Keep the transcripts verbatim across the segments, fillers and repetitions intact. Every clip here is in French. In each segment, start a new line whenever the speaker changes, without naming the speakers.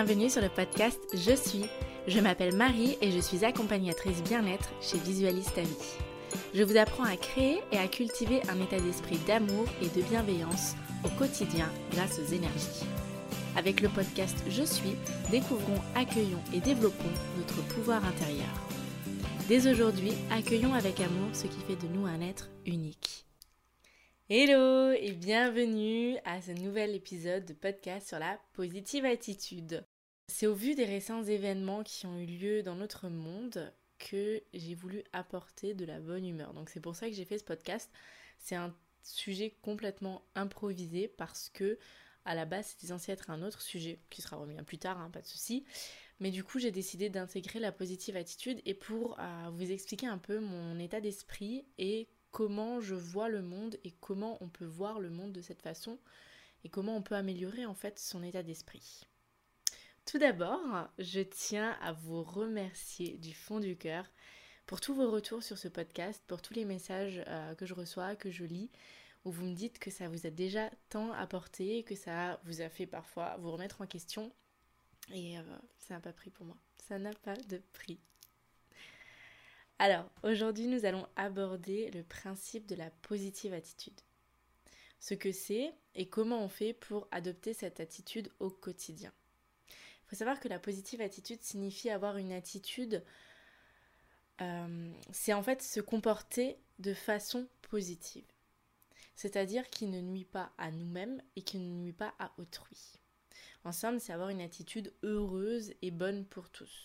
bienvenue sur le podcast Je suis. Je m'appelle Marie et je suis accompagnatrice bien-être chez Visualise ta vie. Je vous apprends à créer et à cultiver un état d'esprit d'amour et de bienveillance au quotidien grâce aux énergies. Avec le podcast Je suis, découvrons, accueillons et développons notre pouvoir intérieur. Dès aujourd'hui, accueillons avec amour ce qui fait de nous un être unique. Hello et bienvenue à ce nouvel épisode de podcast sur la positive attitude. C'est au vu des récents événements qui ont eu lieu dans notre monde que j'ai voulu apporter de la bonne humeur. Donc c'est pour ça que j'ai fait ce podcast. C'est un sujet complètement improvisé parce que à la base c'était censé être un autre sujet qui sera remis plus tard, hein, pas de souci. Mais du coup j'ai décidé d'intégrer la positive attitude et pour euh, vous expliquer un peu mon état d'esprit et comment je vois le monde et comment on peut voir le monde de cette façon et comment on peut améliorer en fait son état d'esprit. Tout d'abord, je tiens à vous remercier du fond du cœur pour tous vos retours sur ce podcast, pour tous les messages euh, que je reçois, que je lis, où vous me dites que ça vous a déjà tant apporté, que ça vous a fait parfois vous remettre en question. Et euh, ça n'a pas pris pour moi. Ça n'a pas de prix. Alors, aujourd'hui, nous allons aborder le principe de la positive attitude. Ce que c'est et comment on fait pour adopter cette attitude au quotidien. Il faut savoir que la positive attitude signifie avoir une attitude, euh, c'est en fait se comporter de façon positive. C'est-à-dire qui ne nuit pas à nous-mêmes et qui ne nuit pas à autrui. En somme, c'est avoir une attitude heureuse et bonne pour tous.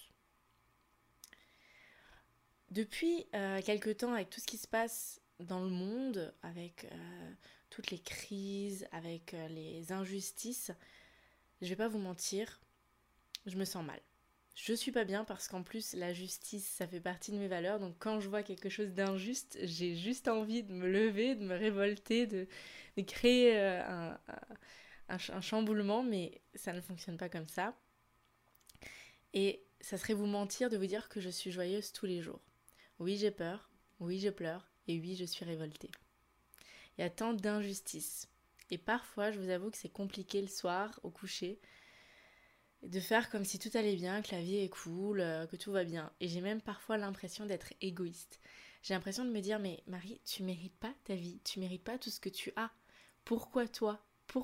Depuis euh, quelque temps, avec tout ce qui se passe dans le monde, avec euh, toutes les crises, avec euh, les injustices, je vais pas vous mentir, je me sens mal. Je suis pas bien parce qu'en plus, la justice, ça fait partie de mes valeurs. Donc quand je vois quelque chose d'injuste, j'ai juste envie de me lever, de me révolter, de, de créer euh, un, un, un chamboulement, mais ça ne fonctionne pas comme ça. Et ça serait vous mentir de vous dire que je suis joyeuse tous les jours. Oui, j'ai peur, oui, je pleure, et oui, je suis révoltée. Il y a tant d'injustices. Et parfois, je vous avoue que c'est compliqué le soir, au coucher, de faire comme si tout allait bien, que la vie est cool, que tout va bien. Et j'ai même parfois l'impression d'être égoïste. J'ai l'impression de me dire, mais Marie, tu mérites pas ta vie, tu mérites pas tout ce que tu as. Pourquoi toi ? Pourquoi ?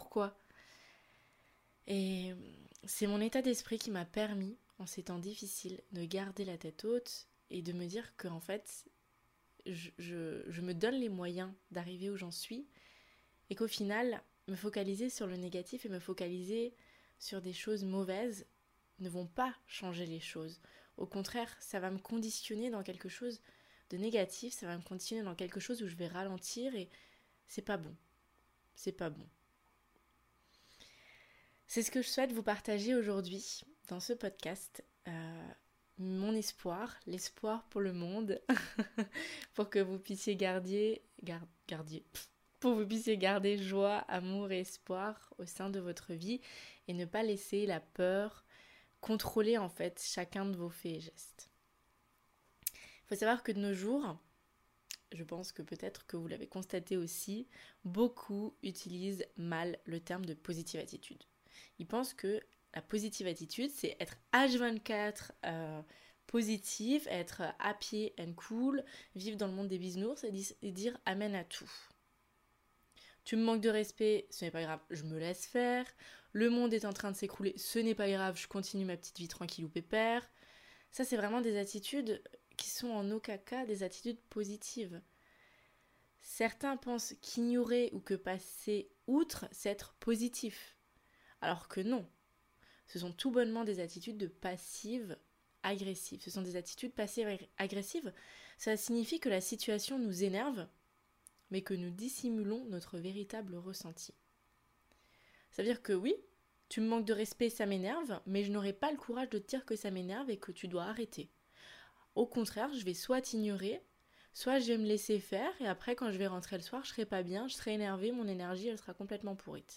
Et c'est mon état d'esprit qui m'a permis, en ces temps difficiles, de garder la tête haute et de me dire qu'en fait, je, je, je me donne les moyens d'arriver où j'en suis et qu'au final, me focaliser sur le négatif et me focaliser sur des choses mauvaises ne vont pas changer les choses. Au contraire, ça va me conditionner dans quelque chose de négatif, ça va me conditionner dans quelque chose où je vais ralentir et c'est pas bon. C'est pas bon. C'est ce que je souhaite vous partager aujourd'hui dans ce podcast. Euh, mon espoir, l'espoir pour le monde, pour que vous puissiez garder, gar, gardier, pour que vous puissiez garder joie, amour et espoir au sein de votre vie et ne pas laisser la peur contrôler en fait chacun de vos faits et gestes. Il faut savoir que de nos jours, je pense que peut-être que vous l'avez constaté aussi, beaucoup utilisent mal le terme de positive attitude. Ils pensent que la positive attitude, c'est être H vingt-quatre euh, positif, être happy and cool, vivre dans le monde des bisounours et, dis- et dire amen à tout. Tu me manques de respect, ce n'est pas grave, je me laisse faire. Le monde est en train de s'écrouler, ce n'est pas grave, je continue ma petite vie tranquille ou pépère. Ça, c'est vraiment des attitudes qui sont en aucun cas des attitudes positives. Certains pensent qu'ignorer ou que passer outre, c'est être positif. Alors que non. Ce sont tout bonnement des attitudes de passive agressive. Ce sont des attitudes passives agressives. Ça signifie que la situation nous énerve, mais que nous dissimulons notre véritable ressenti. Ça veut dire que oui, tu me manques de respect, ça m'énerve, mais je n'aurai pas le courage de te dire que ça m'énerve et que tu dois arrêter. Au contraire, je vais soit t'ignorer, soit je vais me laisser faire, et après quand je vais rentrer le soir, je serai pas bien, je serai énervée, mon énergie elle sera complètement pourrite.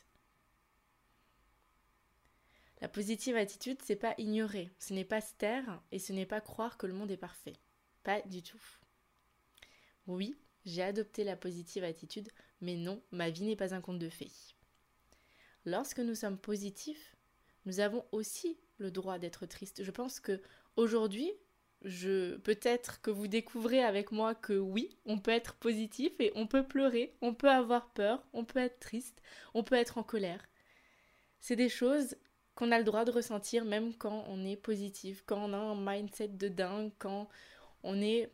La positive attitude, c'est pas ignorer, ce n'est pas se taire et ce n'est pas croire que le monde est parfait. Pas du tout. Oui, j'ai adopté la positive attitude, mais non, ma vie n'est pas un conte de fées. Lorsque nous sommes positifs, nous avons aussi le droit d'être triste. Je pense que aujourd'hui, je peut-être que vous découvrez avec moi que oui, on peut être positif et on peut pleurer, on peut avoir peur, on peut être triste, on peut être en colère. C'est des choses qu'on a le droit de ressentir même quand on est positif, quand on a un mindset de dingue, quand on est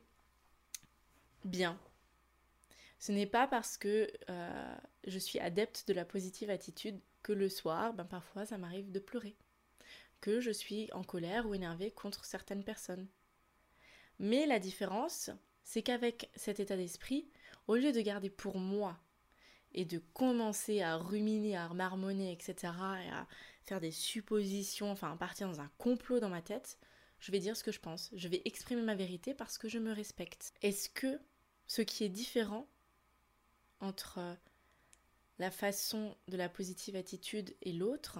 bien. Ce n'est pas parce que euh, je suis adepte de la positive attitude que le soir, ben parfois ça m'arrive de pleurer, que je suis en colère ou énervée contre certaines personnes. Mais la différence, c'est qu'avec cet état d'esprit, au lieu de garder pour moi et de commencer à ruminer, à marmonner, et cetera, et à faire des suppositions, enfin à partir dans un complot dans ma tête, je vais dire ce que je pense. Je vais exprimer ma vérité parce que je me respecte. Est-ce que ce qui est différent entre la façon de la positive attitude et l'autre,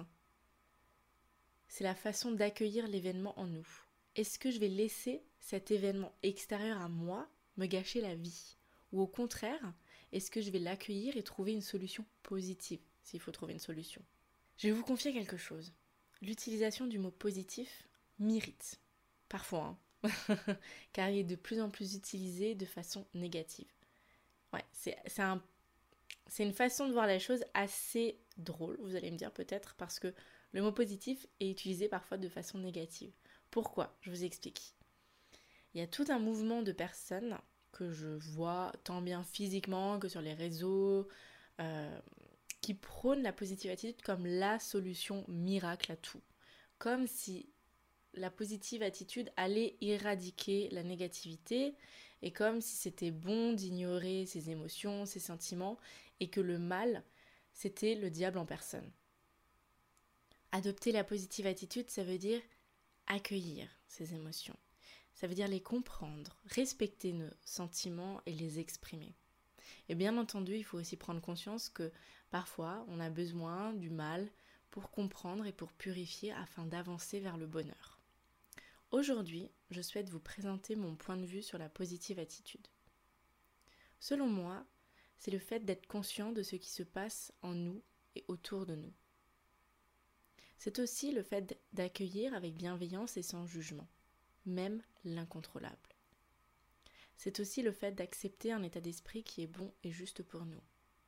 c'est la façon d'accueillir l'événement en nous. Est-ce que je vais laisser cet événement extérieur à moi me gâcher la vie? Ou au contraire, est-ce que je vais l'accueillir et trouver une solution positive, s'il faut trouver une solution? Je vais vous confier quelque chose. L'utilisation du mot positif m'irrite. Parfois, hein. Car il est de plus en plus utilisé de façon négative. Ouais, c'est, c'est, un, c'est une façon de voir la chose assez drôle, vous allez me dire peut-être, parce que le mot positif est utilisé parfois de façon négative. Pourquoi? Je vous explique. Il y a tout un mouvement de personnes que je vois tant bien physiquement que sur les réseaux, euh, qui prônent la positive attitude comme la solution miracle à tout. Comme si la positive attitude allait éradiquer la négativité et comme si c'était bon d'ignorer ses émotions, ses sentiments et que le mal, c'était le diable en personne. Adopter la positive attitude, ça veut dire accueillir ses émotions. Ça veut dire les comprendre, respecter nos sentiments et les exprimer. Et bien entendu, il faut aussi prendre conscience que parfois, on a besoin du mal pour comprendre et pour purifier afin d'avancer vers le bonheur. Aujourd'hui, je souhaite vous présenter mon point de vue sur la positive attitude. Selon moi, c'est le fait d'être conscient de ce qui se passe en nous et autour de nous. C'est aussi le fait d'accueillir avec bienveillance et sans jugement, même l'incontrôlable. C'est aussi le fait d'accepter un état d'esprit qui est bon et juste pour nous,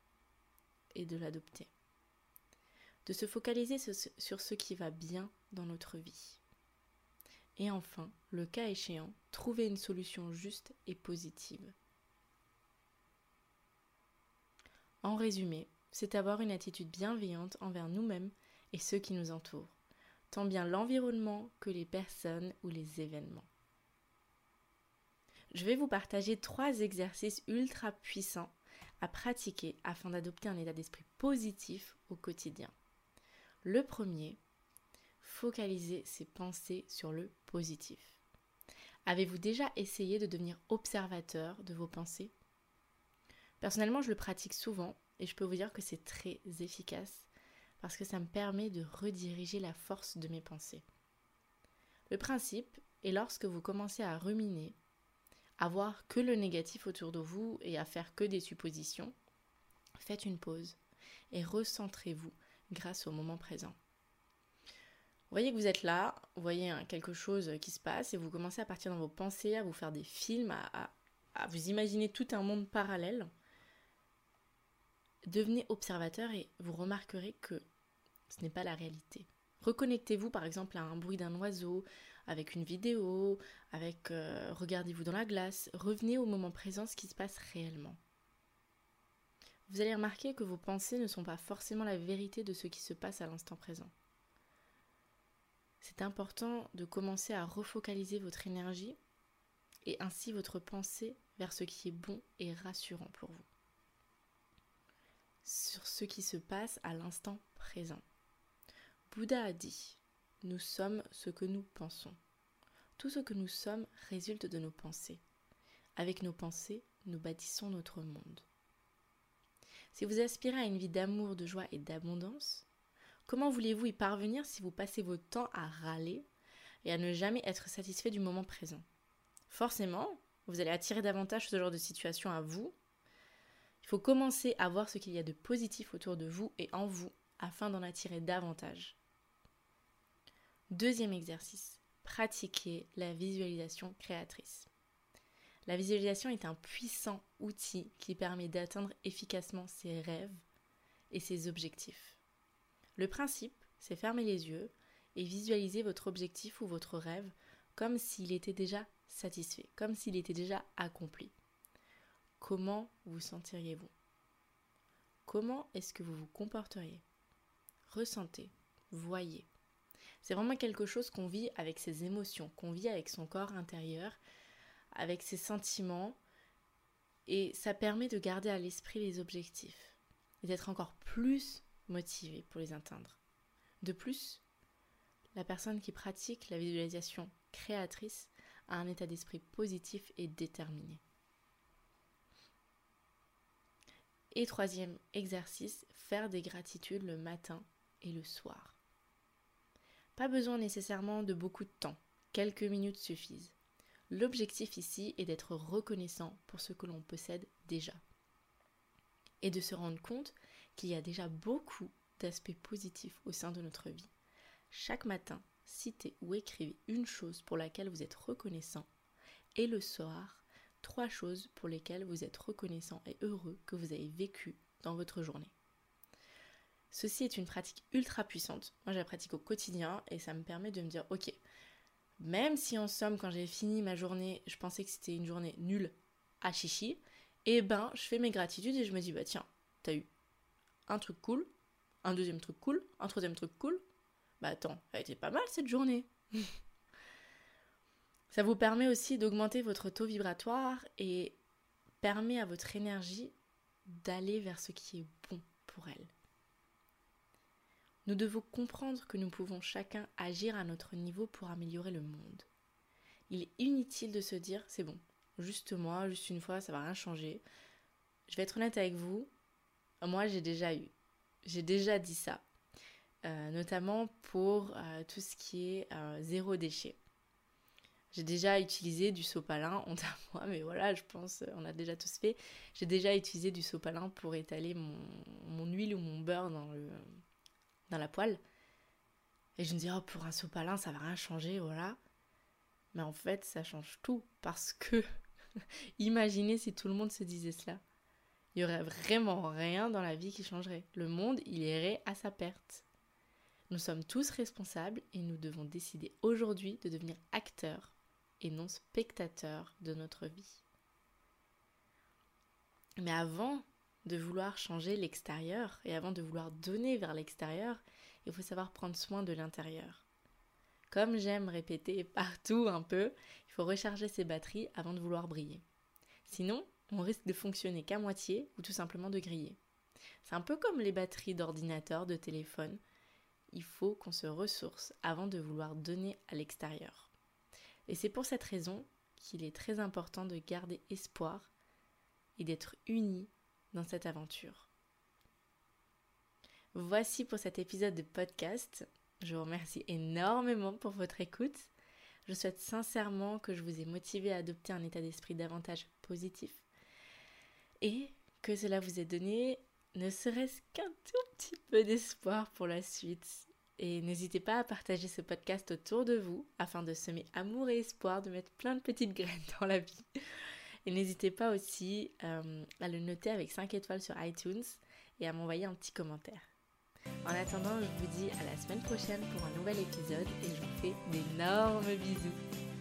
et de l'adopter. De se focaliser sur ce qui va bien dans notre vie. Et enfin, le cas échéant, trouver une solution juste et positive. En résumé, c'est avoir une attitude bienveillante envers nous-mêmes et ceux qui nous entourent, tant bien l'environnement que les personnes ou les événements. Je vais vous partager trois exercices ultra puissants à pratiquer afin d'adopter un état d'esprit positif au quotidien. Le premier, focaliser ses pensées sur le positif. Avez-vous déjà essayé de devenir observateur de vos pensées? Personnellement, je le pratique souvent et je peux vous dire que c'est très efficace parce que ça me permet de rediriger la force de mes pensées. Le principe est lorsque vous commencez à ruminer, à voir que le négatif autour de vous et à faire que des suppositions, faites une pause et recentrez-vous grâce au moment présent. Vous voyez que vous êtes là, vous voyez hein, quelque chose qui se passe et vous commencez à partir dans vos pensées, à vous faire des films, à, à, à vous imaginer tout un monde parallèle. Devenez observateur et vous remarquerez que ce n'est pas la réalité. Reconnectez-vous par exemple à un bruit d'un oiseau, avec une vidéo, avec euh, regardez-vous dans la glace, revenez au moment présent, ce qui se passe réellement. Vous allez remarquer que vos pensées ne sont pas forcément la vérité de ce qui se passe à l'instant présent. C'est important de commencer à refocaliser votre énergie et ainsi votre pensée vers ce qui est bon et rassurant pour vous. Sur ce qui se passe à l'instant présent. Bouddha a dit « Nous sommes ce que nous pensons ». Tout ce que nous sommes résulte de nos pensées. Avec nos pensées, nous bâtissons notre monde. Si vous aspirez à une vie d'amour, de joie et d'abondance, comment voulez-vous y parvenir si vous passez votre temps à râler et à ne jamais être satisfait du moment présent? Forcément, vous allez attirer davantage ce genre de situation à vous. Il faut commencer à voir ce qu'il y a de positif autour de vous et en vous afin d'en attirer davantage. Deuxième exercice, pratiquer la visualisation créatrice. La visualisation est un puissant outil qui permet d'atteindre efficacement ses rêves et ses objectifs. Le principe, c'est fermer les yeux et visualiser votre objectif ou votre rêve comme s'il était déjà satisfait, comme s'il était déjà accompli. Comment vous sentiriez-vous ? Comment est-ce que vous vous comporteriez ? Ressentez, voyez. C'est vraiment quelque chose qu'on vit avec ses émotions, qu'on vit avec son corps intérieur, avec ses sentiments, et ça permet de garder à l'esprit les objectifs et d'être encore plus motivé pour les atteindre. De plus, la personne qui pratique la visualisation créatrice a un état d'esprit positif et déterminé. Et troisième exercice, faire des gratitudes le matin et le soir. Pas besoin nécessairement de beaucoup de temps, quelques minutes suffisent. L'objectif ici est d'être reconnaissant pour ce que l'on possède déjà et de se rendre compte qu'il y a déjà beaucoup d'aspects positifs au sein de notre vie. Chaque matin, citez ou écrivez une chose pour laquelle vous êtes reconnaissant et le soir, trois choses pour lesquelles vous êtes reconnaissant et heureux que vous avez vécu dans votre journée. Ceci est une pratique ultra puissante. Moi, je la pratique au quotidien et ça me permet de me dire, ok, même si en somme, quand j'ai fini ma journée, je pensais que c'était une journée nulle à chichi, eh ben, je fais mes gratitudes et je me dis, bah tiens, t'as eu un truc cool, un deuxième truc cool, un troisième truc cool. Bah attends, elle était pas mal cette journée. Ça vous permet aussi d'augmenter votre taux vibratoire et permet à votre énergie d'aller vers ce qui est bon pour elle. Nous devons comprendre que nous pouvons chacun agir à notre niveau pour améliorer le monde. Il est inutile de se dire, c'est bon, juste moi, juste une fois, ça va rien changer. Je vais être honnête avec vous, moi j'ai déjà eu, j'ai déjà dit ça, euh, notamment pour euh, tout ce qui est euh, zéro déchet. J'ai déjà utilisé du sopalin, honte à moi, mais voilà, je pense, on a déjà tous fait. J'ai déjà utilisé du sopalin pour étaler mon, mon huile ou mon beurre dans le... dans la poêle, et je me dis, oh, pour un sopalin ça va rien changer, voilà. Mais en fait ça change tout, parce que imaginez si tout le monde se disait cela, il y aurait vraiment rien dans la vie qui changerait, le monde il irait à sa perte. Nous sommes tous responsables et nous devons décider aujourd'hui de devenir acteurs et non spectateurs de notre vie. Mais avant de vouloir changer l'extérieur et avant de vouloir donner vers l'extérieur, il faut savoir prendre soin de l'intérieur. Comme j'aime répéter partout un peu, il faut recharger ses batteries avant de vouloir briller. Sinon, on risque de fonctionner qu'à moitié ou tout simplement de griller. C'est un peu comme les batteries d'ordinateur, de téléphone. Il faut qu'on se ressource avant de vouloir donner à l'extérieur. Et c'est pour cette raison qu'il est très important de garder espoir et d'être unis dans cette aventure. Voici pour cet épisode de podcast. Je vous remercie énormément pour votre écoute. Je souhaite sincèrement que je vous ai motivé à adopter un état d'esprit davantage positif et que cela vous ait donné ne serait-ce qu'un tout petit peu d'espoir pour la suite. Et n'hésitez pas à partager ce podcast autour de vous afin de semer amour et espoir, de mettre plein de petites graines dans la vie. Et n'hésitez pas aussi euh, à le noter avec cinq étoiles sur iTunes et à m'envoyer un petit commentaire. En attendant, je vous dis à la semaine prochaine pour un nouvel épisode et je vous fais d'énormes bisous.